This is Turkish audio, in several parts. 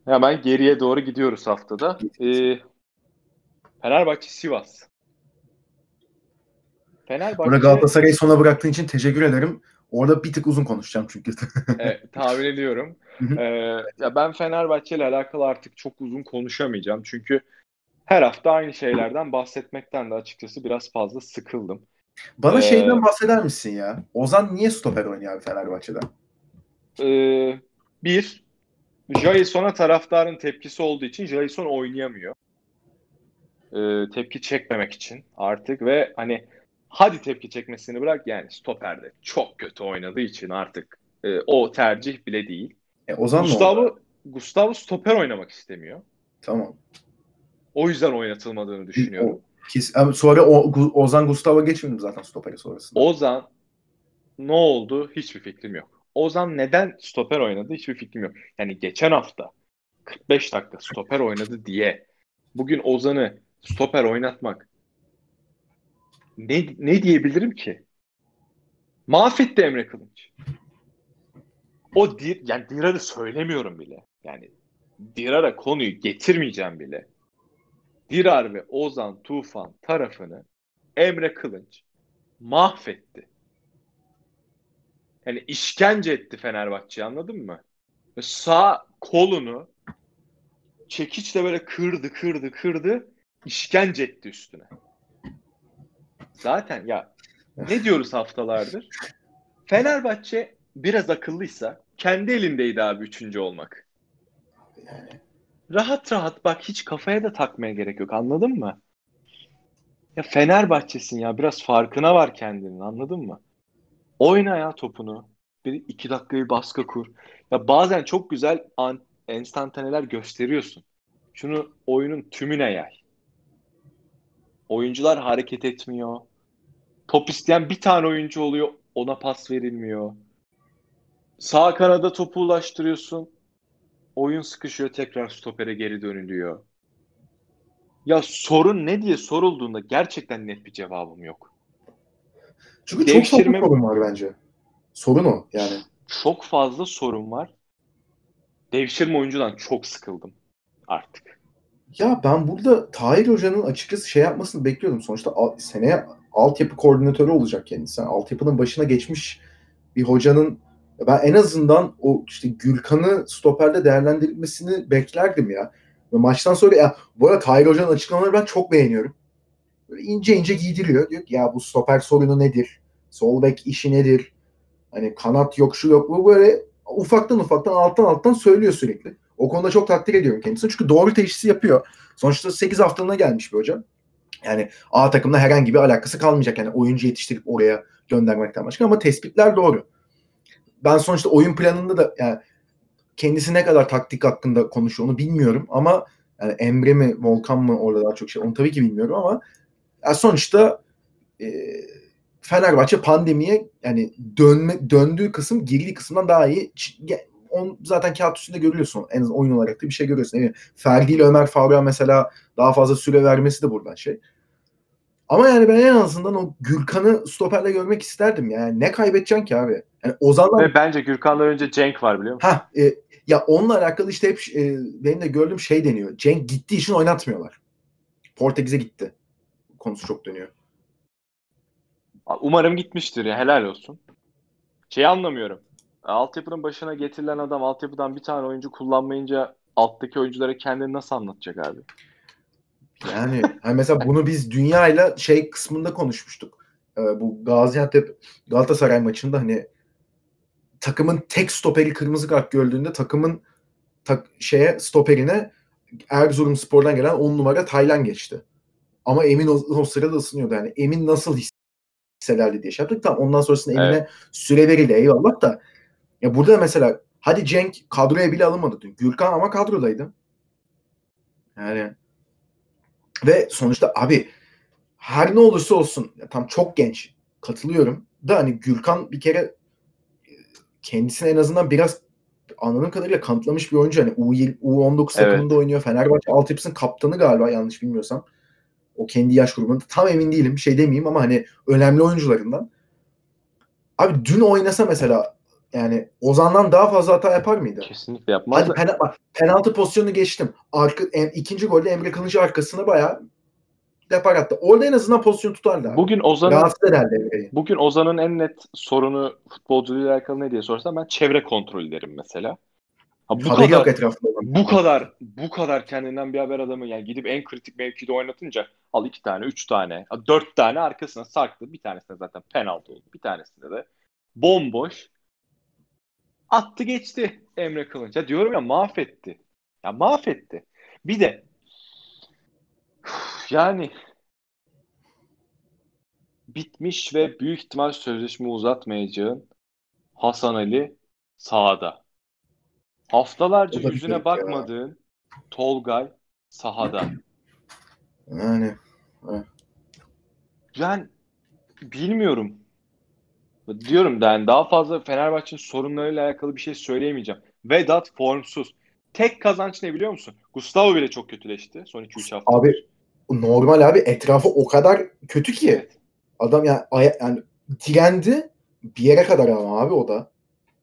Hemen geriye doğru gidiyoruz haftada. Fenerbahçe Sivas. Burada Fenerbahçe Galatasaray'ı sona bıraktığın için teşekkür ederim. Orada bir tık uzun konuşacağım çünkü. tahmin ediyorum. Hı hı. Ya ben Fenerbahçe ile alakalı artık çok uzun konuşamayacağım. Çünkü her hafta aynı şeylerden bahsetmekten de açıkçası biraz fazla sıkıldım. Bana Ee, şeyden bahseder misin ya? Ozan niye stoper oynuyor abi Fenerbahçe'de? Bir, Jason'a taraftarın tepkisi olduğu için Jason oynayamıyor. Tepki çekmemek için artık ve hani hadi tepki çekmesini bırak, yani stoperde çok kötü oynadığı için artık o tercih bile değil. Ozan ne oldu? Gustavo stoper oynamak istemiyor. Tamam. O yüzden oynatılmadığını düşünüyorum. Sonra Ozan Gustavo geçmedi mi zaten stoperi sonrasında? Ozan ne oldu? Hiçbir fikrim yok. Ozan neden stoper oynadı? Hiçbir fikrim yok. Yani geçen hafta 45 dakika stoper oynadı diye bugün Ozan'ı stoper oynatmak, ne diyebilirim ki? Mahvetti Emre Kılınç. Yani Dirar'ı söylemiyorum bile. Yani Dirar'a konuyu getirmeyeceğim bile. Dirar ve Ozan Tufan tarafını Emre Kılınç mahvetti. Yani işkence etti Fenerbahçe'yi, anladın mı? Ve sağ kolunu çekiçle böyle kırdı, işkence etti üstüne. Zaten ya ne diyoruz haftalardır? Fenerbahçe biraz akıllıysa kendi elindeydi abi 3. olmak. Rahat rahat bak, hiç kafaya da takmaya gerek yok, anladın mı? Ya Fenerbahçesin ya, biraz farkına var kendinin, anladın mı? Oyna ya topunu. Bir iki dakikayı baskı kur. Ya bazen çok güzel enstantaneler gösteriyorsun. Şunu oyunun tümüne yay. Oyuncular hareket etmiyor. Top isteyen bir tane oyuncu oluyor. Ona pas verilmiyor. Sağ kanada topu ulaştırıyorsun. Oyun sıkışıyor. Tekrar stopere geri dönülüyor. Ya sorun ne diye sorulduğunda gerçekten net bir cevabım yok. Çünkü çok fazla Devşirme sorun var bence. Sorun o yani. Çok fazla sorun var. Devşirme oyuncudan çok sıkıldım artık. Ya ben burada Tahir Hoca'nın açıkçası şey yapmasını bekliyordum. Sonuçta seneye altyapı koordinatörü olacak kendisi. Yani altyapının başına geçmiş bir hocanın ben en azından o işte Gürkan'ı stoperde değerlendirilmesini beklerdim ya. Ve maçtan sonra ya bu arada Tahir Hoca'nın açıklamaları ben çok beğeniyorum. Böyle ince ince giydiriyor. Diyor ki ya bu stoper sorunu nedir? Sol bek işi nedir? Hani kanat yok, şu yok. Bu böyle ufaktan alttan söylüyor sürekli. O konuda çok takdir ediyorum kendisini. Çünkü doğru teşhisi yapıyor. Sonuçta 8 haftalığına gelmiş bir hocam. Yani A takımla herhangi bir alakası kalmayacak. Yani oyuncu yetiştirip oraya göndermekten başka, ama tespitler doğru. Ben sonuçta oyun planında da yani kendisi ne kadar taktik hakkında konuşuyor onu bilmiyorum, ama yani Emre mi Volkan mı orada daha çok şey onu tabii ki bilmiyorum, ama yani sonuçta e, Fenerbahçe pandemiye yani döndüğü kısım girdiği kısımdan daha iyi. Zaten kağıt üstünde görüyorsun. En azından oyun olarak da bir şey görüyorsun. Yani Ferdi ile Ömer Faruk'a mesela daha fazla süre vermesi de buradan şey. Ama yani ben en azından o Gürkan'ı stoperle görmek isterdim. Yani ne kaybedeceksin ki abi? Yani Ozan'dan Ve bence Gürkan'dan önce Cenk var, biliyor musun? ya onunla alakalı işte hep benim de gördüğüm şey deniyor. Cenk gittiği için oynatmıyorlar. Portekiz'e gitti. Konusu çok dönüyor. Umarım gitmiştir ya, helal olsun. Şeyi anlamıyorum. Altyapının başına getirilen adam altyapıdan bir tane oyuncu kullanmayınca alttaki oyunculara kendini nasıl anlatacak abi? Yani hani mesela bunu biz dünyayla şey kısmında konuşmuştuk. Bu Gaziantep Galatasaray maçında hani takımın tek stoperi kırmızı kart gördüğünde takımın stoperine Erzurumspor'dan gelen 10 numara Taylan geçti. Ama Emin o sırada ısınıyordu. Yani Emin nasıl hissederdi diye şey yaptık. Tamam, ondan sonrasında Evet. Emin'e süre verildi, eyvallah da. Ya burada mesela hadi Cenk kadroya bile alınmadı dün. Gürkan ama kadrodaydı. Yani ve sonuçta abi her ne olursa olsun tam çok genç, katılıyorum da hani Gürkan bir kere kendisini en azından biraz anladığım kadarıyla kanıtlamış bir oyuncu. Hani U19 takımında Evet. oynuyor. Fenerbahçe altyapısının kaptanı galiba, yanlış bilmiyorsam. O kendi yaş grubunda. Tam emin değilim. Bir şey demeyeyim ama hani önemli oyuncularından. Abi dün oynasa mesela yani Ozan'dan daha fazla hata yapar mıydı? Kesinlikle yapmaz. Hadi penaltı pozisyonunu geçtim. İkinci golde Emre Kılıç arkasına bayağı depar attı. Orada en azından pozisyon tutardı abi. Rahatsız ederdi Emre'yi. Bugün Ozan'ın en net sorunu futbolcuyla alakalı ne diye sorsam ben çevre kontrol derim mesela. Haberi yok etrafında. Bu kadar kendinden bir haber adamı yani gidip en kritik mevkide oynatınca al 2 tane, 3 tane, 4 tane arkasına sarktı. Bir tanesinde zaten penaltı oldu. Bir tanesinde de bomboş attı geçti Emre Kılınç. Ya diyorum ya mahvetti. Ya mahvetti. Bir de yani bitmiş ve büyük ihtimal sözleşme uzatmayacağın Hasan Ali sahada. Haftalarca yüzüne bakmadığın Tolgay sahada. Yani bilmiyorum. Diyorum yani daha fazla Fenerbahçe'nin sorunlarıyla alakalı bir şey söyleyemeyeceğim. Vedat formsuz. Tek kazanç ne biliyor musun? Gustavo bile çok kötüleşti son 2-3 hafta. Abi normal abi etrafı o kadar kötü ki. Evet. Adam yani direndi bir yere kadar ama abi o da.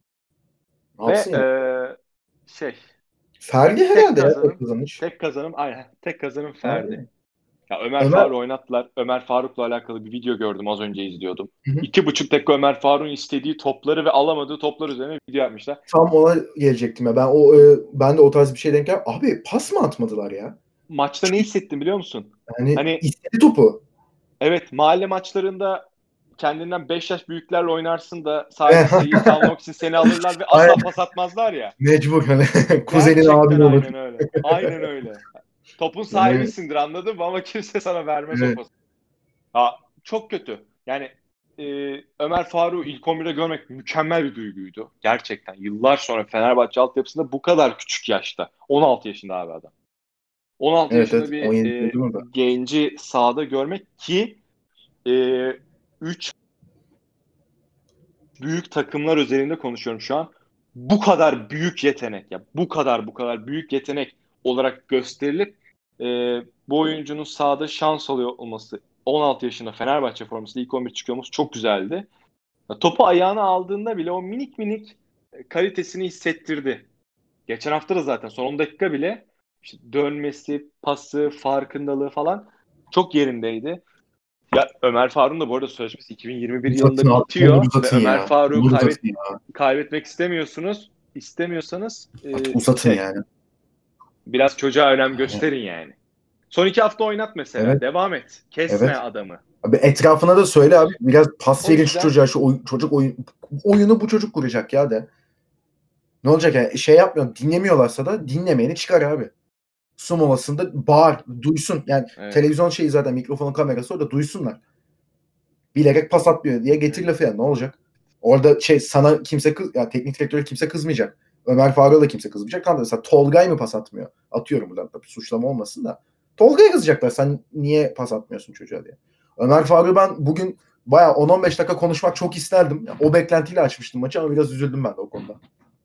Ferdi herhalde tek kazanım aynen. Tek kazanım Ferdi. Ya Ömer Faruk'u oynattılar. Ömer Faruk'la alakalı bir video gördüm. Az önce izliyordum. 2,5 dakika Ömer Faruk'un istediği topları ve alamadığı toplar üzerine video yapmışlar. Tam ona gelecektim ya. Ben de o tarz bir şey denk geldim. Abi pas mı atmadılar ya? Maçta ne hissettim biliyor musun? Hani istedi topu. Evet, mahalle maçlarında kendinden 5 yaş büyüklerle oynarsın da sadece sayıyı salmak için seni alırlar ve asla pas atmazlar ya. Mecbur hani kuzenin abin olur. Aynen öyle. Aynen öyle. Topun sahibisindir anladın mı? Ama kimse sana vermez o pası. Çok kötü. Yani Ömer Faruk'u ilk 11'de görmek mükemmel bir duyguydu. Gerçekten. Yıllar sonra Fenerbahçe altyapısında bu kadar küçük yaşta. 16 yaşında abi adam. 16 yaşında bir genci sahada görmek ki 3 büyük takımlar üzerinde konuşuyorum şu an. Bu kadar büyük yetenek ya bu kadar büyük yetenek olarak gösterilip bu oyuncunun sahada şans alıyor olması 16 yaşında Fenerbahçe formasıyla ilk 11 çıkıyor olması çok güzeldi. Topu ayağına aldığında bile o minik kalitesini hissettirdi. Geçen hafta da zaten son 10 dakika bile işte dönmesi, pası, farkındalığı falan çok yerindeydi. Ya Ömer Faruk'un da bu arada sözleşmesi 2021 yılında bitiyor ve Ömer Faruk'u kaybetmek istemiyorsanız uzatın yani. Biraz çocuğa önem gösterin yani. Son 2 hafta oynat mesela. Evet. Devam et. Kesme adamı. Abi etrafına da söyle abi. Biraz pas verin şu çocuğa. Çocuk oyunu bu çocuk kuracak ya de. Ne olacak yani? Şey yapmıyor. Dinlemiyorlarsa da dinlemeyeni çıkar abi. Su molasında bağır. Duysun. Yani televizyon şeyi zaten mikrofonun kamerası orada duysunlar. Bilerek pas atmıyor diye getir lafı yani. Ne olacak? Orada sana kimse teknik direktöre kimse kızmayacak. Ömer Faruk'a da kimse kızmayacak. Tam da mesela Tolgay mı pas atmıyor? Atıyorum buradan tabii suçlama olmasın da. Tolga'ya kızacaklar. Sen niye pas atmıyorsun çocuğa diye. Ömer Faruk'u ben bugün bayağı 10-15 dakika konuşmak çok isterdim. Yani o beklentiyle açmıştım maçı ama biraz üzüldüm ben de o konuda.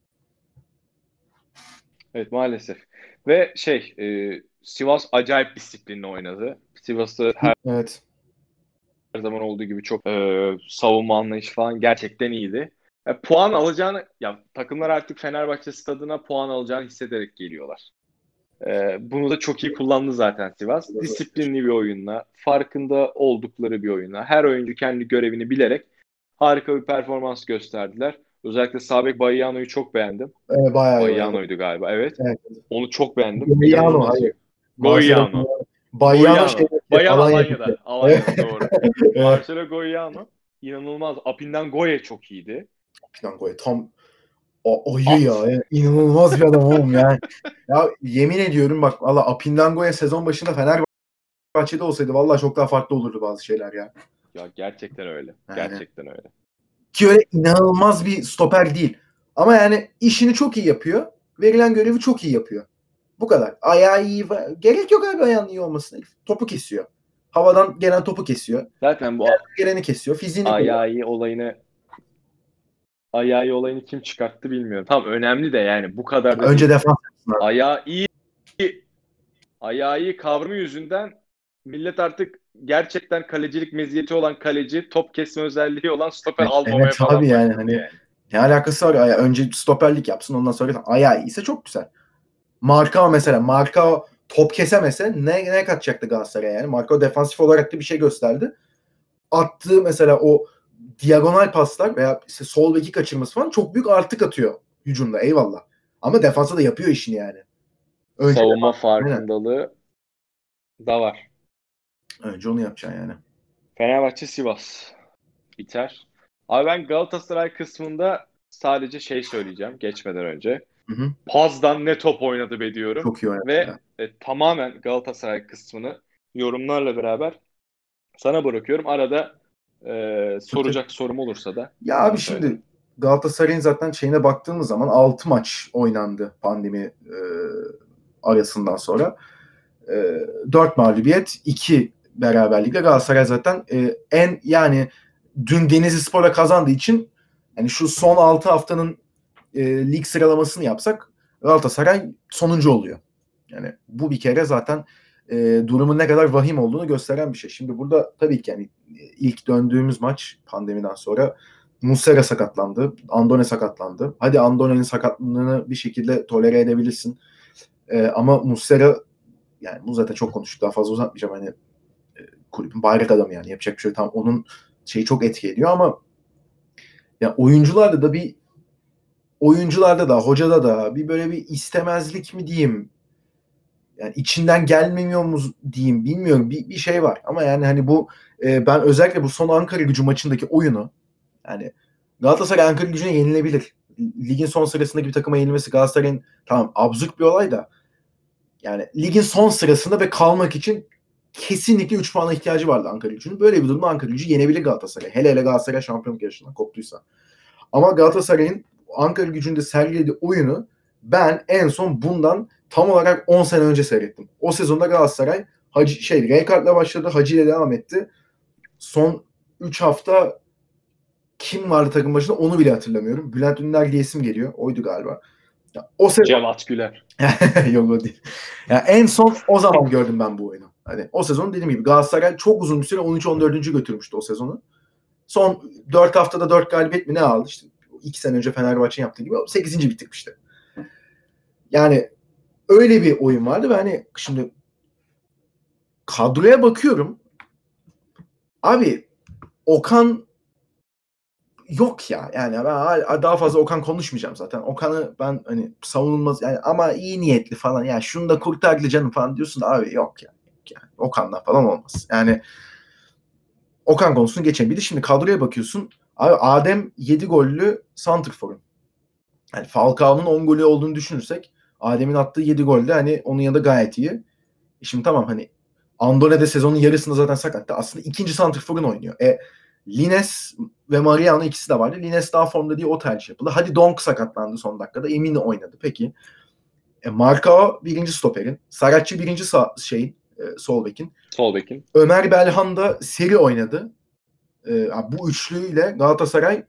Evet maalesef. Ve Sivas acayip disiplinli oynadı. Sivas'ı her zaman olduğu gibi çok savunma anlayışı falan gerçekten iyiydi. Puan alacağını, takımlar artık Fenerbahçe stadına puan alacağını hissederek geliyorlar. Bunu da çok iyi kullandı zaten Sivas. Disiplinli bir oyunla, farkında oldukları bir oyunla, her oyuncu kendi görevini bilerek harika bir performans gösterdiler. Özellikle sağ bek Bayano'yu çok beğendim. Bayano'ydu galiba, evet. Onu çok beğendim. Bayano, hayır. Goiano. Alanya'da. Doğru. Marcelo Goiano. İnanılmaz. Apinden Goye çok iyiydi. Apinden Goye tam ayı ya. İnanılmaz bir adam oğlum yani. Ya yemin ediyorum bak valla Apindango'ya sezon başında Fenerbahçe'de olsaydı valla çok daha farklı olurdu bazı şeyler ya. Ya gerçekten öyle. Gerçekten öyle. Ki öyle inanılmaz bir stoper değil. Ama yani işini çok iyi yapıyor. Verilen görevi çok iyi yapıyor. Bu kadar. Ayağı iyi. Gerek yok abi ayağının iyi olmasına. Topu kesiyor. Havadan gelen topu kesiyor. Zaten bu geleni kesiyor. Fiziğini ayağı iyi olayını kim çıkarttı bilmiyorum. Tamam önemli de yani bu kadar da önce defans. Ayağı iyi kavramı yüzünden millet artık gerçekten kalecilik meziyeti olan kaleci, top kesme özelliği olan stoper almamaya falan yani hani Ne alakası var? Önce stoperlik yapsın, ondan sonra ayağı iyiyse çok güzel. Marka top kesemese ne katacaktı Galatasaray'a yani? Marka defansif olarak da bir şey gösterdi. Attığı mesela o diagonal paslar veya işte sol beki kaçırması falan çok büyük artık atıyor hücumda, eyvallah. Ama defansa da yapıyor işini yani. Önce Savunma aynen. farkındalığı da var. Önce onu yapacaksın yani. Fenerbahçe Sivas biter. Abi ben Galatasaray kısmında sadece şey söyleyeceğim geçmeden önce. Hı hı. Paz'dan ne top oynadı be diyorum. Çok iyi oynadı Ve ya. tamamen Galatasaray kısmını yorumlarla beraber sana bırakıyorum. Arada Tabii. soracak sorum olursa da Ya abi bana söyle. şimdi Galatasaray'ın zaten şeyine baktığımız zaman 6 maç oynandı pandemi arasından sonra. 4 mağlubiyet, 2 beraberlikle Galatasaray zaten en yani dün Denizlispor'a kazandığı için yani şu son 6 haftanın lig sıralamasını yapsak Galatasaray sonuncu oluyor. Yani bu bir kere zaten durumun ne kadar vahim olduğunu gösteren bir şey. Şimdi burada tabii ki yani ilk döndüğümüz maç pandemiden sonra Muslera sakatlandı. Andone sakatlandı. Hadi Andone'nin sakatlığını bir şekilde tolere edebilirsin. Ama Muslera yani bu zaten çok konuştuk. Daha fazla uzatmayacağım. Hani kulübün bayrak adamı yani. Yapacak bir şey yok. Tam onun şeyi çok etki ediyor ama ya oyuncularda da hocada da bir böyle bir istemezlik mi diyeyim, yani içinden gelmiyor mu diyeyim, bilmiyorum, bir şey var ama yani hani bu ben özellikle bu son Ankara Gücü maçındaki oyunu, yani Galatasaray Ankara Gücü'ne yenilebilir. Ligin son sırasındaki bir takıma yenilmesi Galatasaray'ın tamam absürt bir olay da yani ligin son sırasında ve kalmak için kesinlikle 3 puana ihtiyacı vardı Ankara Gücü'nün. Böyle bir durumda Ankara Gücü yenebilir Galatasaray. Hele Galatasaray şampiyonluk yarışından koptuysa. Ama Galatasaray'ın Ankara Gücü'nde sergilediği oyunu ben en son bundan tam olarak 10 sene önce seyrettim. O sezonda Galatasaray Rijkaard'la başladı. Hacı ile devam etti. Son 3 hafta kim vardı takım başında onu bile hatırlamıyorum. Bülent Ünler diye isim geliyor. Oydu galiba. Ya, o sezon Cevat Güler. yok o değil. Ya en son o zaman gördüm ben bu oyunu. Hani o sezon dediğim gibi Galatasaray çok uzun bir süre 13-14. götürmüştü o sezonu. Son 4 haftada 4 galibiyet mi ne aldı? İşte 2 sene önce Fenerbahçe'nin yaptığı gibi 8. bitirmişti. Yani öyle bir oyun vardı ve hani şimdi kadroya bakıyorum. Abi Okan yok ya. Yani ben daha fazla Okan konuşmayacağım zaten. Okan'ı ben hani savunulmaz yani ama iyi niyetli falan. Yani şunu da kurtardı canım falan diyorsun da abi yok ya. Yani Okan'dan falan olmaz. Yani Okan konusunu geçelim. Bir de şimdi kadroya bakıyorsun. Abi Adem 7 gollü santrforun. Yani Falcao'nun 10 golü olduğunu düşünürsek Adem'in attığı 7 gol de hani onun yanında gayet iyi. Şimdi tamam hani Andone de sezonun yarısında zaten sakattı. Aslında ikinci santrforun oynuyor. Lines ve Mariano ikisi de vardı. Lines daha formda diye o tercih yapıldı. Hadi Donk sakatlandı son dakikada. Emin oynadı. Peki. Marcao birinci stoperin. Saratçı birinci sol bekin. Sol bekin. Ömer Belhan da seri oynadı. Bu üçlüyle Galatasaray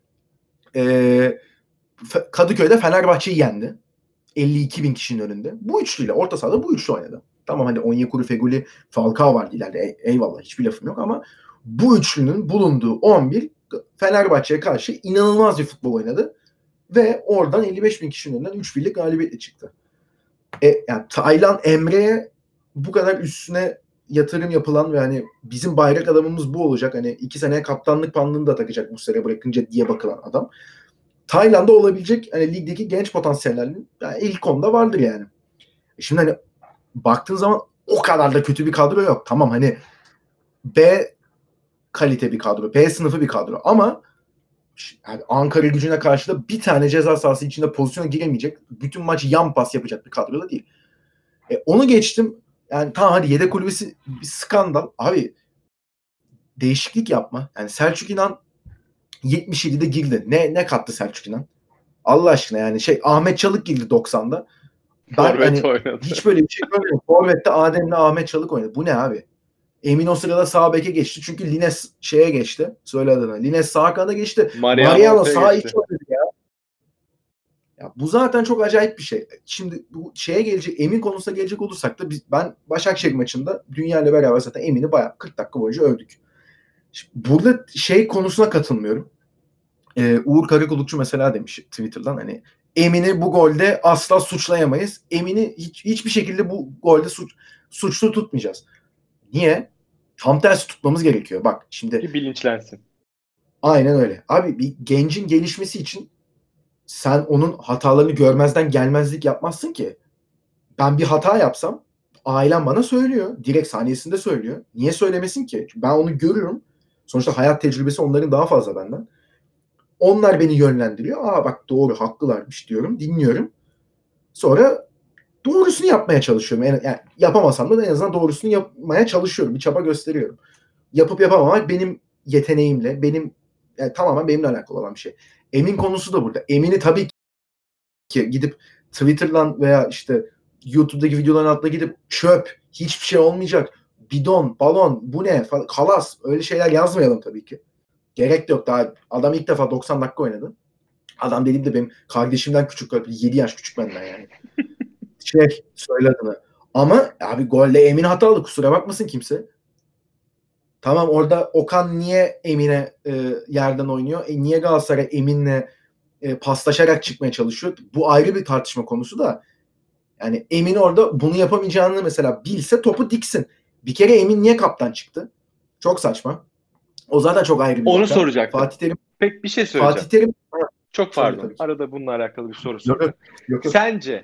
Kadıköy'de Fenerbahçe'yi yendi. 52 bin kişinin önünde. Bu üçlüyle orta sahada bu üçlü oynadı. Tamam hani Onyekuru, Feguli, Falcao vardı ileride. Eyvallah hiçbir lafım yok ama bu üçlünün bulunduğu 11 Fenerbahçe'ye karşı inanılmaz bir futbol oynadı. Ve oradan 55 bin kişinin önünden 3-1'lik galibiyetle çıktı. Yani Taylan Emre'ye bu kadar üstüne yatırım yapılan ve hani bizim bayrak adamımız bu olacak. Hani 2 seneye kaptanlık pandını da takacak bu sene bırakınca diye bakılan adam. Tayland'da olabilecek hani ligdeki genç potansiyellerin yani ilk onda vardır yani. Şimdi hani baktığın zaman o kadar da kötü bir kadro yok. Tamam hani B kalite bir kadro, B sınıfı bir kadro ama yani Ankara Gücü'ne karşı da bir tane ceza sahası içinde pozisyona giremeyecek, bütün maç yan pas yapacak bir kadro da değil. Onu geçtim. Yani tamam hadi yedek kulübesi bir skandal. Abi değişiklik yapma. Yani Selçuk İnan 77'de girdi. Ne kattı Selçuk İnan? Allah aşkına yani Ahmet Çalık girdi 90'da. Ben Forvet hani oynadı. hiç böyle bir şey görmedim. Forvet'te Adem'le Ahmet Çalık oynadı. Bu ne abi? Emin o sırada sağ beke geçti. Çünkü Lines geçti. Söyle adına. Lines sağ kanada geçti. Mariano ortaya sağ geçti. içi oynadı ya. Ya bu zaten çok acayip bir şey. Şimdi bu Emin konusuna gelecek olursak da ben Başakşehir maçında Dünya ile beraber zaten Emin'i bayağı 40 dakika boyunca övdük. Şimdi burada konusuna katılmıyorum. Uğur Karakulukçu mesela demiş Twitter'dan, hani Emin'i bu golde asla suçlayamayız. Emin'i hiçbir şekilde bu golde suçlu tutmayacağız. Niye? Tam tersi tutmamız gerekiyor. Bak şimdi. Ki bilinçlensin. Aynen öyle. Abi bir gencin gelişmesi için sen onun hatalarını görmezden gelmezlik yapmazsın ki. Ben bir hata yapsam ailem bana söylüyor. Direkt saniyesinde söylüyor. Niye söylemesin ki? Çünkü ben onu görüyorum. Sonuçta hayat tecrübesi onların daha fazla benden. Onlar beni yönlendiriyor. Aa bak doğru, haklılarmış diyorum. Dinliyorum. Sonra doğrusunu yapmaya çalışıyorum. Yani yapamasam da en azından doğrusunu yapmaya çalışıyorum. Bir çaba gösteriyorum. Yapıp yapamamak benim yeteneğimle, yani tamamen benimle alakalı olan bir şey. Emin konusu da burada. Emin'i tabii ki gidip Twitter'dan veya işte YouTube'daki videoların altına gidip çöp, hiçbir şey olmayacak, bidon, balon, bu ne falan, kalas, öyle şeyler yazmayalım tabii ki. Gerek de yok. Daha adam ilk defa 90 dakika oynadı. Adam dediğim de benim kardeşimden küçük, 7 yaş küçük benden yani. Söyle adını. Ama abi golde Emin hatalı, kusura bakmasın kimse. Tamam, orada Okan niye Emin'e yerden oynuyor? Niye Galatasaray Emin'le paslaşarak çıkmaya çalışıyor? Bu ayrı bir tartışma konusu da. Yani Emin orada bunu yapamayacağını mesela bilse topu diksin. Bir kere Emin niye kaptan çıktı? Çok saçma. O zaten çok ayrı bir Onu nokta. soracaktım. Fatih Terim. Peki bir şey söyleyeceğim. Fatih Terim. Çok pardon. Arada bununla alakalı bir soru soracağım. Yok. Sence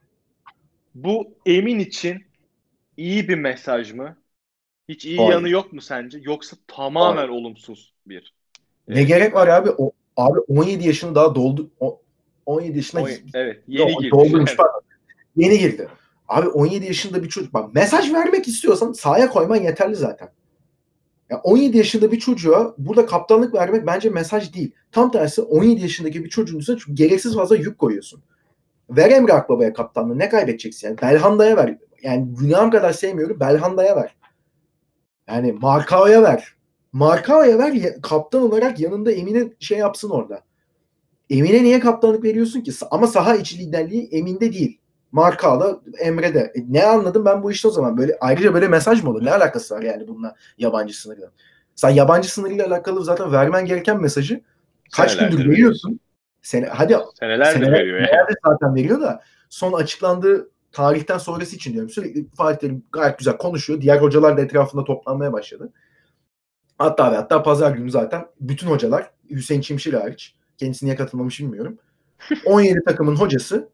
bu Emin için iyi bir mesaj mı? Hiç iyi yanı yok mu sence? Yoksa tamamen olumsuz bir. Ne gerek var abi? Abi 17 yaşını daha doldu. 17 yaşına evet, yeni girdi. Doldurmuş yani. Yeni girdi. Abi 17 yaşında bir çocuk. Bak, mesaj vermek istiyorsan sahaya koyman yeterli zaten. Ya 17 yaşında bir çocuğa burada kaptanlık vermek bence mesaj değil. Tam tersi, 17 yaşındaki bir çocuğun üstüne gereksiz fazla yük koyuyorsun. Ver Emre Akbaba'ya kaptanlığı. Ne kaybedeceksin yani? Belhanda'ya ver. Yani günahım kadar sevmiyorum. Belhanda'ya ver. Yani Markao'ya ver. Markao'ya ver. Kaptan olarak yanında Emin'e şey yapsın orada. Emin'e niye kaptanlık veriyorsun ki? Ama saha içi liderliği Emin'de değil. Markao'da, Emre'de. Ne anladım ben bu işte o zaman? Böyle ayrıca böyle mesaj mı olur? Ne alakası var yani bununla, yabancı sınırıyla? Sen yabancı sınırıyla alakalı zaten vermen gereken mesajı kaç gündür veriyorsun? Senelerdir veriyor yani. Senelerdir zaten veriyor da son açıklandığı tarihten sonrası için diyorum. Sürekli Fatih Terim gayet güzel konuşuyor. Diğer hocalar da etrafında toplanmaya başladı. Hatta pazar günü zaten bütün hocalar, Hüseyin Çimşir hariç, kendisi niye katılmamış bilmiyorum, 17 takımın hocası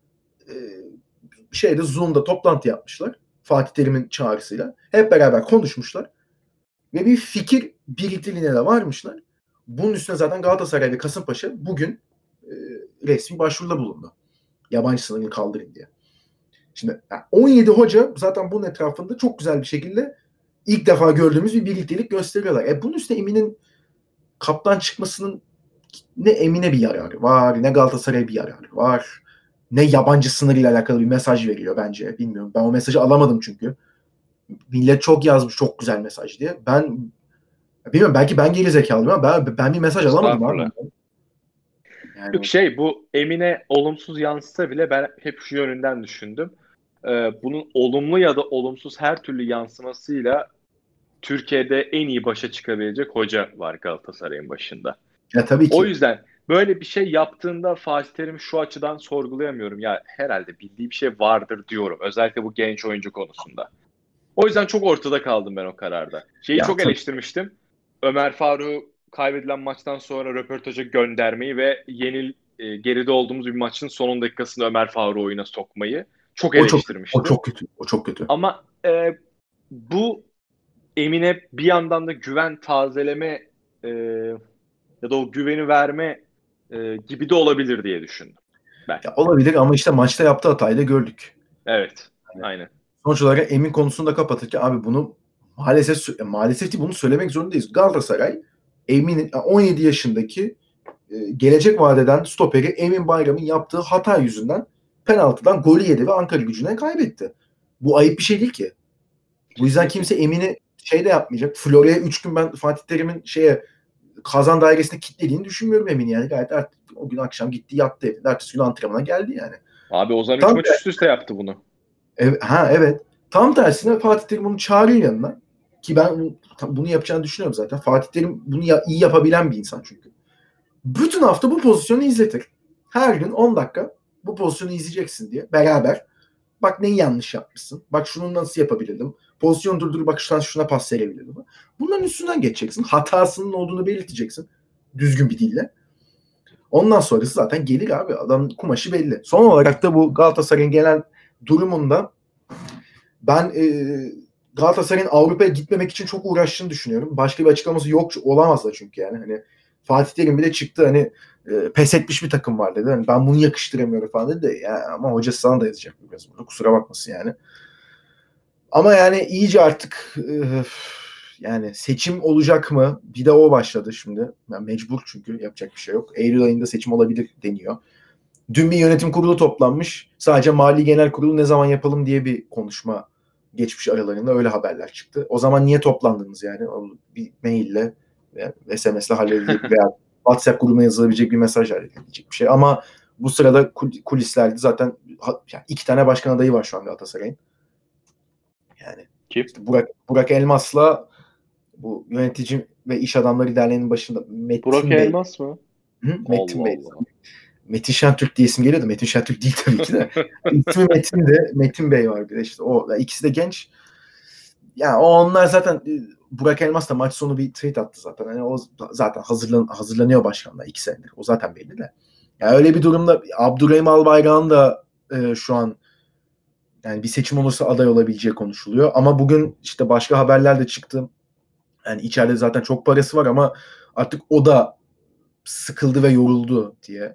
Zoom'da toplantı yapmışlar. Fatih Terim'in çağrısıyla. Hep beraber konuşmuşlar. Ve bir fikir birlikteliğine de varmışlar. Bunun üstüne zaten Galatasaray ve Kasımpaşa bugün resmi başvuruda bulundu. Yabancı sınırını kaldırın diye. Şimdi 17 hoca zaten bunun etrafında çok güzel bir şekilde ilk defa gördüğümüz bir birliktelik gösteriyorlar. Bunun üstüne Emin'in kaptan çıkmasının ne Emin'e bir yararı var, ne Galatasaray'a bir yararı var, ne yabancı sınırıyla alakalı bir mesaj veriyor bence. Bilmiyorum. Ben o mesajı alamadım çünkü. Millet çok yazmış çok güzel mesaj diye. Ben bilmiyorum, belki ben geri zekalıyım ama ben bir mesaj alamadım abi. Yani yok bu Emin'e olumsuz yansısa bile ben hep şu yönünden düşündüm. Bunun olumlu ya da olumsuz her türlü yansımasıyla Türkiye'de en iyi başa çıkabilecek hoca var Galatasaray'ın başında. Ya tabii ki. O yüzden böyle bir şey yaptığında Fatih Terim'i şu açıdan sorgulayamıyorum. Ya herhalde bildiği bir şey vardır diyorum. Özellikle bu genç oyuncu konusunda. O yüzden çok ortada kaldım ben o kararda. Çok eleştirmiştim. Ömer Faruk'u kaybedilen maçtan sonra röportaja göndermeyi ve geride olduğumuz bir maçın son dakikasında Ömer Faruk'u oyuna sokmayı çok eleştirmiştim. O çok kötü. Ama bu Emin'e bir yandan da güven tazeleme ya da o güveni verme gibi de olabilir diye düşündüm. Ya olabilir ama işte maçta yaptığı hatayı da gördük. Evet. Yani, aynen. Sonuç olarak Emin konusunda kapatırken abi bunu maalesef değil, bunu söylemek zorundayız. Galatasaray Emin'in 17 yaşındaki gelecek vadeden stoperi Emin Bayram'ın yaptığı hata yüzünden penaltıdan golü yedi ve Ankaragücü'ne kaybetti. Bu ayıp bir şey değil ki. Bu yüzden kimse Emin'i de yapmayacak. Florya'ya 3 gün ben Fatih Terim'in kazan dairesine kilitlediğini düşünmüyorum Emin'i yani. Gayet o gün akşam gitti yattı evinde. Ertesi gün antrenmana geldi yani. Abi o zaman 3 maç üst üste yaptı bunu. Evet. Tam tersine Fatih Terim bunu çağırıyor yanına. Ki ben bunu yapacağını düşünüyorum zaten. Fatih Terim bunu iyi yapabilen bir insan çünkü. Bütün hafta bu pozisyonu izletir. Her gün 10 dakika bu pozisyonu izleyeceksin diye beraber. Bak neyi yanlış yapmışsın. Bak şunu nasıl yapabilirdim. Pozisyon durdur, bak şuna pas verebilirdim. Bunların üstünden geçeceksin. Hatasının olduğunu belirteceksin. Düzgün bir dille. Ondan sonrası zaten gelir abi. Adam kumaşı belli. Son olarak da bu Galatasaray'ın genel durumunda ben Galatasaray'ın Avrupa'ya gitmemek için çok uğraştığını düşünüyorum. Başka bir açıklaması yok, olamaz da çünkü yani. Hani Fatih Terim bile çıktı, hani pes etmiş bir takım var dedi. Hani ben bunu yakıştıramıyorum falan dedi de ya, ama hoca sana da yazacak biraz burada. Kusura bakmasın yani. Ama yani iyice artık yani seçim olacak mı? Bir de o başladı şimdi. Yani mecbur, çünkü yapacak bir şey yok. Eylül ayında seçim olabilir deniyor. Dün bir yönetim kurulu toplanmış. Sadece Mali Genel Kurulu ne zaman yapalım diye bir konuşma geçmiş aralarında, öyle haberler çıktı. O zaman niye toplandınız yani? Bir maille veya SMS'le halledilecek veya WhatsApp grubuna yazılabilecek bir mesaj halledilecek bir şey. Ama bu sırada kulislerde zaten yani 2 tane başkan adayı var şu an Galatasaray'ın. Yani Kim? işte Burak Elmas'la bu yönetici ve iş adamları derneğinin başında Metin Burak Bey. Elmas mı? Metin Allah Bey. Allah. Metin Şentürk diye isim geliyor da Metin Şentürk değil tabii ki de. İsmi Metin de, Metin Bey var bir de işte o. İkisi de genç. Yani onlar zaten, Burak Elmas da maç sonu bir tweet attı zaten. Yani o zaten hazırlanıyor başkanla 2 senedir. O zaten belli de. Yani öyle bir durumda Abdurrahim Albayrak'ın da şu an yani bir seçim olursa aday olabileceği konuşuluyor. Ama bugün işte başka haberler de çıktı. Yani içeride zaten çok parası var ama artık o da sıkıldı ve yoruldu diye.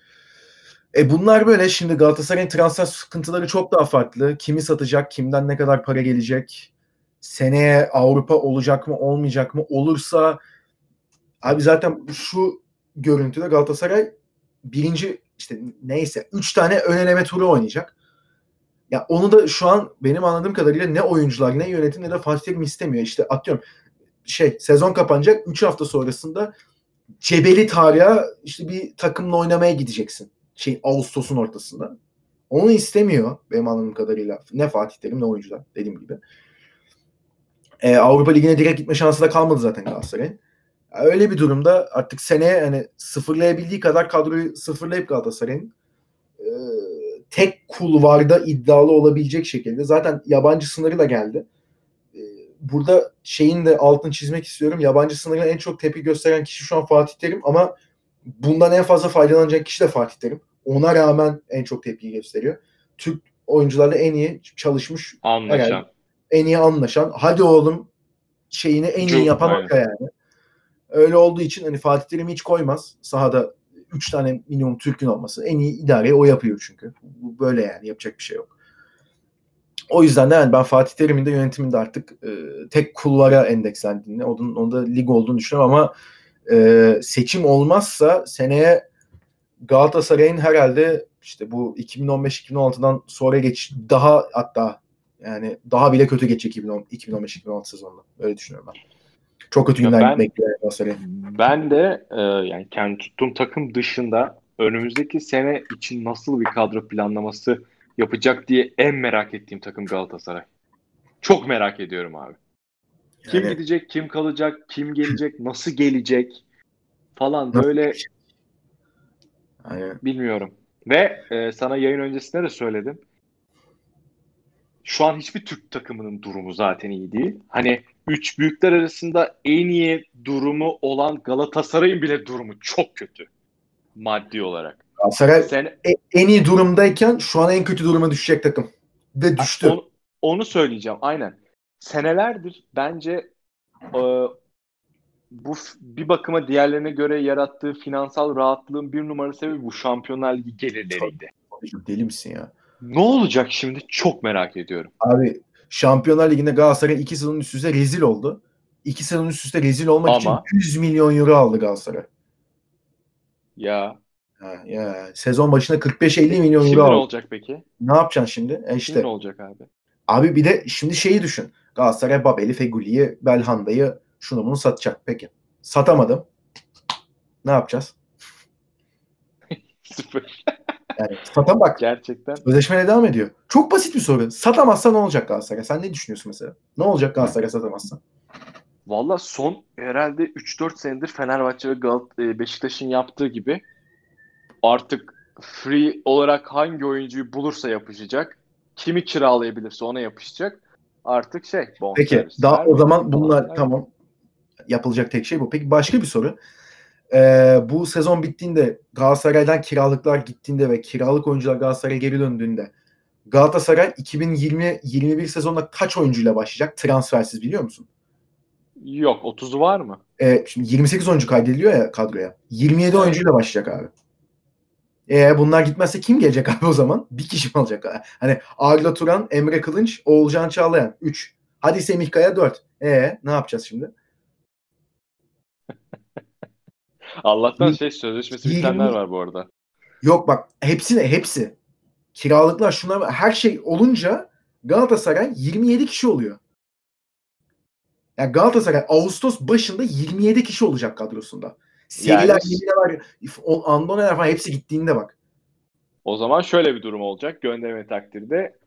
Bunlar böyle. Şimdi Galatasaray'ın transfer sıkıntıları çok daha farklı. Kimi satacak, kimden ne kadar para gelecek, seneye Avrupa olacak mı, olmayacak mı? Olursa abi zaten şu görüntüde Galatasaray birinci işte neyse 3 tane ön eleme turu oynayacak. Ya onu da şu an benim anladığım kadarıyla ne oyuncular, ne yönetim, ne de Fatih Terim istemiyor. İşte atıyorum sezon kapanacak, 3 hafta sonrasında Cebeli Tarık'a işte bir takımla oynamaya gideceksin. Ağustos'un ortasında. Onu istemiyor benim anladığım kadarıyla. Ne Fatih Terim ne oyuncular, dediğim gibi. Avrupa Ligi'ne direkt gitme şansı da kalmadı zaten Galatasaray'ın. Öyle bir durumda artık seneye hani sıfırlayabildiği kadar kadroyu sıfırlayıp Galatasaray'ın tek kulvarda iddialı olabilecek şekilde, zaten yabancı sınırı da geldi. Burada şeyin de altını çizmek istiyorum. Yabancı sınırına en çok tepki gösteren kişi şu an Fatih Terim ama bundan en fazla faydalanacak kişi de Fatih Terim. Ona rağmen en çok tepki gösteriyor. Türk oyuncularla en iyi çalışmış, Anlaşan. herhalde en iyi anlaşan. Hadi oğlum şeyini en iyi yapan hoca yani. Öyle olduğu için hani Fatih Terim'i hiç koymaz. Sahada 3 tane minimum Türk'ün olması. En iyi idareyi o yapıyor çünkü. Bu böyle yani, yapacak bir şey yok. O yüzden de yani ben Fatih Terim'in de yönetiminde artık tek kulvara endekslendiğini, onun da lig olduğunu düşünüyorum ama seçim olmazsa seneye Galatasaray'ın herhalde işte bu 2015-2016'dan sonra hatta yani daha bile kötü geçecek 2015-2016 sezonunda. Öyle düşünüyorum ben. Çok kötü günler bekliyor Galatasaray. Ben de yani kendi tuttuğum takım dışında önümüzdeki sene için nasıl bir kadro planlaması yapacak diye en merak ettiğim takım Galatasaray. Çok merak ediyorum abi. Kim Yani, gidecek, kim kalacak, kim gelecek, nasıl gelecek falan böyle bilmiyorum. Ve sana yayın öncesinde de söyledim. Şu an hiçbir Türk takımının durumu zaten iyi değil. Hani 3 büyükler arasında en iyi durumu olan Galatasaray'ın bile durumu çok kötü. Maddi olarak. Galatasaray en iyi durumdayken şu an en kötü duruma düşecek takım. Ve düştü. Onu söyleyeceğim. Aynen. Senelerdir bence bu bir bakıma diğerlerine göre yarattığı finansal rahatlığın bir numara sebebi bu Şampiyonlar Ligi gelirleriydi. Deli misin ya? Ne olacak şimdi? Çok merak ediyorum. Abi Şampiyonlar Ligi'nde Galatasaray 2 sezon üst üste rezil oldu. 2 sezon üst üste rezil olmak için 100 milyon euro aldı Galatasaray. Ya. Ya. Sezon başına 45-50 milyon euro aldı. Şimdi ne olacak peki? Ne yapacaksın şimdi? Şimdi ne olacak abi? Abi bir de şimdi şeyi düşün. Galatasaray Babel'i, Feguli'yi, Belhanda'yı şunu bunu satacak. Peki. Satamadım. Ne yapacağız? Sıfır. Yani bak. Gerçekten. Sözleşmeye devam ediyor. Çok basit bir soru. Satamazsa ne olacak Galatasaray? Sen ne düşünüyorsun mesela? Ne olacak Galatasaray satamazsa? Valla son herhalde 3-4 senedir Fenerbahçe ve Beşiktaş'ın yaptığı gibi artık free olarak hangi oyuncuyu bulursa yapışacak. Kimi kiralayabilirse ona yapışacak. Artık Peki bonservis daha o vermeyelim zaman falan bunlar filan. tamam, yapılacak tek şey bu. Peki başka bir soru. Bu sezon bittiğinde Galatasaray'dan kiralıklar gittiğinde ve kiralık oyuncular Galatasaray'a geri döndüğünde Galatasaray 2020-21 sezonunda kaç oyuncuyla başlayacak transfersiz biliyor musun? Yok, 30'u var mı? Şimdi 28 oyuncu kaydediliyor ya kadroya. 27 Evet. oyuncuyla başlayacak abi. Bunlar gitmezse kim gelecek abi o zaman? Bir kişi mi alacak abi? Hani Arda Turan, Emre Kılınç, Oğulcan Çağlayan. 3. Hadi Semih Kaya 4. Ne yapacağız şimdi? Allah'tan sözleşmesi bitenler 20 var bu arada. yok bak hepsi. Kiralıklar şunlar her şey olunca Galatasaray 27 kişi oluyor. Yani Galatasaray Ağustos başında 27 kişi olacak kadrosunda. Seriler, Yani yeniler, Andoneler falan hepsi gittiğinde bak. o zaman şöyle bir durum olacak. Gönderme takdirde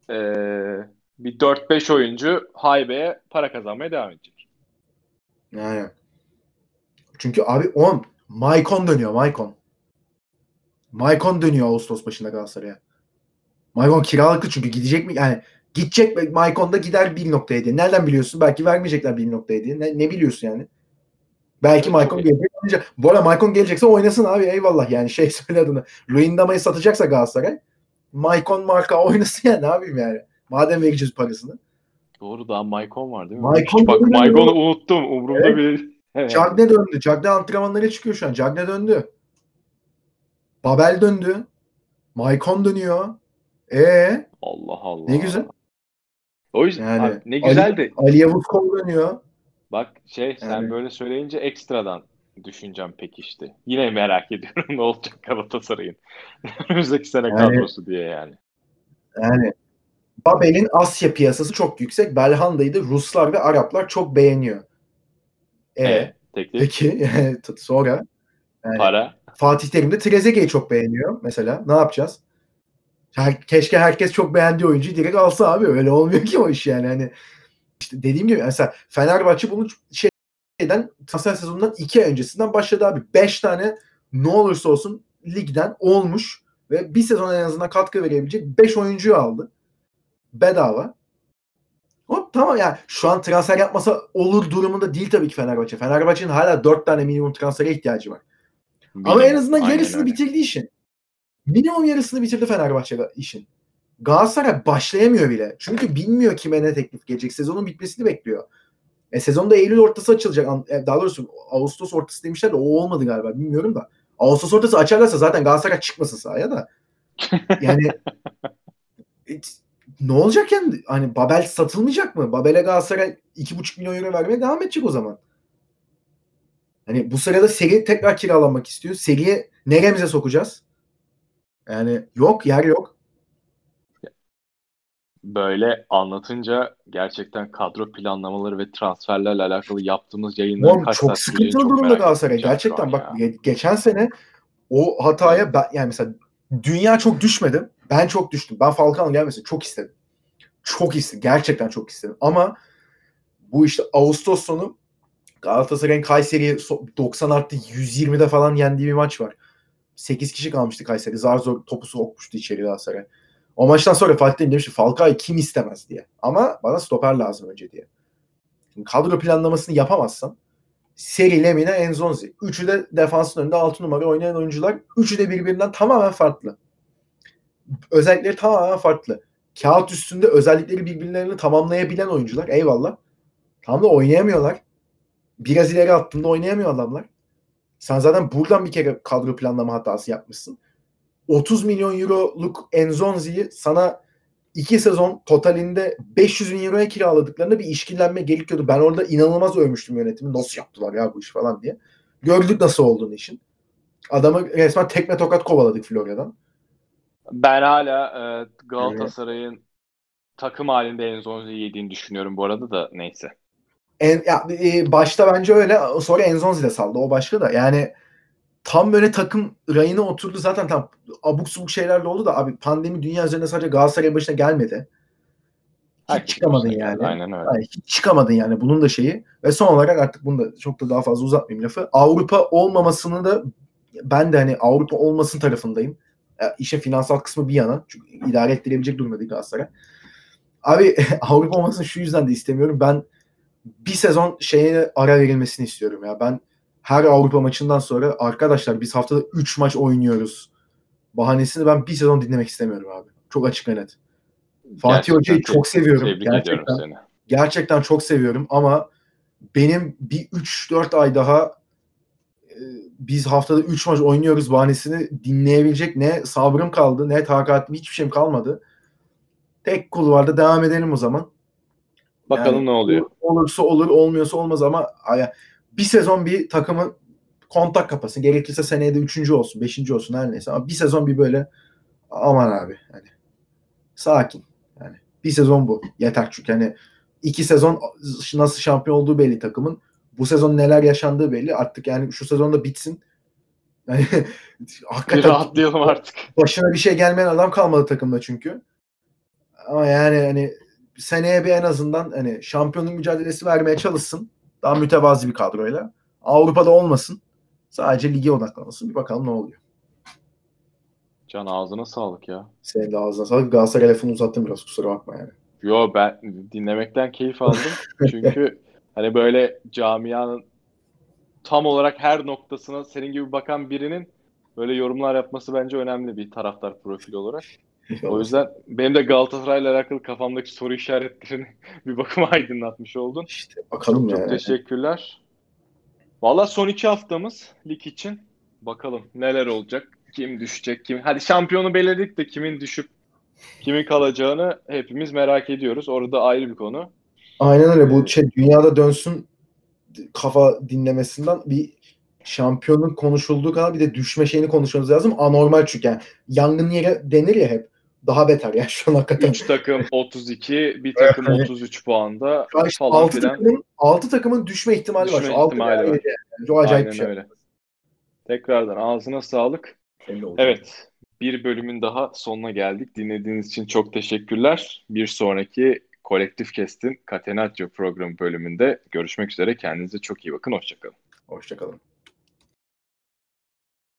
bir 4-5 oyuncu haybeye para kazanmaya devam edecek. Yani. Çünkü abi Maicon dönüyor Maicon. Maicon dönüyor Ağustos başında Galatasaray'a. Maicon kiralıklı çünkü gidecek mi? Yani gidecek Maicon da gider 1.7. Nereden biliyorsun? Belki vermeyecekler 1.7. Ne biliyorsun yani? Belki Evet, çok Maicon gelecek. Bu arada Maicon gelecekse oynasın abi eyvallah yani söyle adını. Luyendama'yı satacaksa Galatasaray Maicon marka oynasın ya ne yapayım yani. Madem vereceğiz parasını. doğru, daha Maicon var değil mi? Maicon Bak, geri Maicon'u dönüyor. unuttum. Umurumda Evet. bile değil. Yani. Cagne döndü. Cagne antrenmanlara çıkıyor şu an. Cagne döndü. Babel döndü. Maicon dönüyor. Allah Ne Allah. güzel. O yüzden Yani abi, ne güzel de Ali Yavuz Kol dönüyor. bak sen Yani böyle söyleyince ekstradan düşüneceğim pek işte. Yine merak ediyorum ne olacak Galatasaray'ın önümüzdeki sene yani kadrosu diye yani. yani Babel'in Asya piyasası çok yüksek. Belhanda'yı da Ruslar ve Araplar çok beğeniyor. Teklif, Peki sonra yani para. Fatih Terim de Trezeguet'i çok beğeniyor mesela. Ne yapacağız? Keşke herkes çok beğendiği oyuncuyu direkt alsa abi. Öyle olmuyor ki o iş yani. Hani işte dediğim gibi mesela Fenerbahçe bunu transfer sezonundan 2 ay öncesinden başladı abi. 5 tane ne olursa olsun ligden olmuş ve bir sezon en azından katkı verebilecek 5 oyuncuyu aldı. Bedava. Hop tamam yani şu an transfer yapmasa olur durumunda değil tabii ki Fenerbahçe. Fenerbahçe'nin hala 4 tane minimum transfere ihtiyacı var. Ama en Minimum. azından Aynen yarısını öyle. bitirdi işin. Minimum yarısını bitirdi Fenerbahçe işin. Galatasaray başlayamıyor bile. Çünkü bilmiyor kime ne teklif gelecek. Sezonun bitmesini bekliyor. Sezonda Eylül ortası açılacak. Daha doğrusu Ağustos ortası demişler de o olmadı galiba. Bilmiyorum da. Ağustos ortası açarlarsa zaten Galatasaray çıkmasın sahaya da. Yani ne olacak yani? Hani Babel satılmayacak mı? Babel'e Galatasaray 2,5 milyon euro vermeye devam edecek o zaman. Hani bu sırada seri tekrar kiralanmak istiyor. Seriye neremize sokacağız? Yani yok, yer yok. Böyle anlatınca gerçekten kadro planlamaları ve transferlerle alakalı yaptığımız yayınların Oğlum kaç çok saat süreceğini sıkıntılı çok durumda merak ettim Galatasaray. Can şu an Gerçekten bak ya. geçen sene o Evet. hataya yani mesela dünya çok düşmedi. Ben çok düştüm. Ben Falcao gelmesini çok istedim. Çok istedim. Gerçekten çok istedim. Ama bu işte Ağustos sonu Galatasaray'ın Kayseri'ye 90+120'de falan yendiği bir maç var. 8 kişi kalmıştı Kayseri. Zar zor topu sokmuştu içeri Galatasaray. O maçtan sonra Fatih Terim demişti Falcao'yu kim istemez diye. Ama bana stoper lazım önce diye. Şimdi kadro planlamasını yapamazsan Seri, Lemina, Enzonzi. Üçü de defansın önünde 6 numara oynayan oyuncular. Üçü de birbirinden tamamen farklı. Özellikleri tamamen farklı. Kağıt üstünde özellikleri birbirlerini tamamlayabilen oyuncular. Eyvallah. Tam da oynayamıyorlar. Biraz ileri attığında oynayamıyor adamlar. Sen zaten buradan bir kere kadro planlama hatası yapmışsın. 30 milyon euroluk Enzonzi'yi sana 2 sezon totalinde 500 bin euroya kiraladıklarında bir işkillenme gerekiyordu. Ben orada inanılmaz övmüştüm yönetimi. Nasıl yaptılar ya bu iş falan diye. Gördük nasıl olduğunu işin. Adamı resmen tekme tokat kovaladık Florya'dan. Ben hala Yani Galatasaray'ın takım halinde Enzonzi'yi yediğini düşünüyorum bu arada da neyse. Başta bence öyle. Sonra Enzonzi de saldı. O başka da. Yani tam böyle takım rayına oturdu. Zaten tam abuk subuk şeyler de oldu da abi pandemi dünya üzerinde sadece Galatasaray başına gelmedi. hiç çıkamadın geldi. yani. Aynen öyle. Yani hiç çıkamadın yani. Bunun da şeyi. Ve son olarak artık bunu da çok da daha fazla uzatmayayım lafı. Avrupa olmamasını da ben de hani Avrupa olmasın tarafındayım. İşin finansal kısmı bir yana. Çünkü idare ettirebilecek durumda değil Galatasaray. Abi Avrupa olmasını şu yüzden de istemiyorum. Ben bir sezon şeye ara verilmesini istiyorum ya. Ben her Avrupa maçından sonra arkadaşlar biz haftada 3 maç oynuyoruz bahanesini ben bir sezon dinlemek istemiyorum abi. Çok açık ve net. Fatih Gerçekten Hoca'yı çok seviyorum. tebrik ediyorum seni. Gerçekten çok seviyorum ama benim bir 3-4 ay daha biz haftada 3 maç oynuyoruz bahanesini dinleyebilecek ne sabrım kaldı ne takatim hiçbir şeyim kalmadı. Tek kulvarda devam edelim o zaman. Bakalım Yani ne oluyor. olursa olur, olmuyorsa olmaz ama bir sezon bir takımın kontak kapasın. Gerekirse seneye de 3. olsun, 5. olsun her neyse. Ama bir sezon bir böyle aman abi hani sakin. Yani bir sezon bu. Yeter çünkü hani 2 sezon nasıl şampiyon olduğu belli takımın. Bu sezon neler yaşandığı belli. Artık yani şu sezon da bitsin. Yani Bir hakikaten rahatlayalım artık. başına bir şey gelmeyen adam kalmadı takımda çünkü. Ama yani hani seneye bir en azından hani şampiyonluk mücadelesi vermeye çalışsın. Daha mütevazi bir kadroyla. Avrupa'da olmasın. Sadece lige odaklanılsın. Bir bakalım ne oluyor. Can ağzına sağlık ya. Senin de ağzına sağlık. Galatasaray lafını uzattım biraz kusura bakma yani. Yo ben dinlemekten keyif aldım. Çünkü hani böyle camianın tam olarak her noktasına senin gibi bakan birinin böyle yorumlar yapması bence önemli bir taraftar profili olarak. O yüzden benim de Galatasaray'la alakalı kafamdaki soru işaretlerini bir bakıma aydınlatmış oldun. İşte bakalım Çok yani. teşekkürler. Valla son 2 haftamız lig için. Bakalım neler olacak, kim düşecek, kim... Hadi şampiyonu belirledik de kimin düşüp kimin kalacağını hepimiz merak ediyoruz. Orada ayrı bir konu. Aynen öyle. Bu dünyada dönsün kafa dinlemesinden bir şampiyonluk konuşulduğu kadar bir de düşme şeyini konuşmamız lazım. Anormal çünkü yani yangın yeri denir ya hep. Daha beter ya şu an hakikaten. 3 takım 32, bir takım 33 puanda İşte falan filan 6 takımın düşme ihtimali var. düşme Şu 6 ihtimali var. yani. Çok acayip bir Aynen şey. öyle. Tekrardan ağzına sağlık. Senin de oldu. Evet, bir bölümün daha sonuna geldik. Dinlediğiniz için çok teşekkürler. Bir sonraki Kolektif Kest'in Catenaccio programı bölümünde görüşmek üzere. Kendinize çok iyi bakın. Hoşça kalın. Hoşçakalın.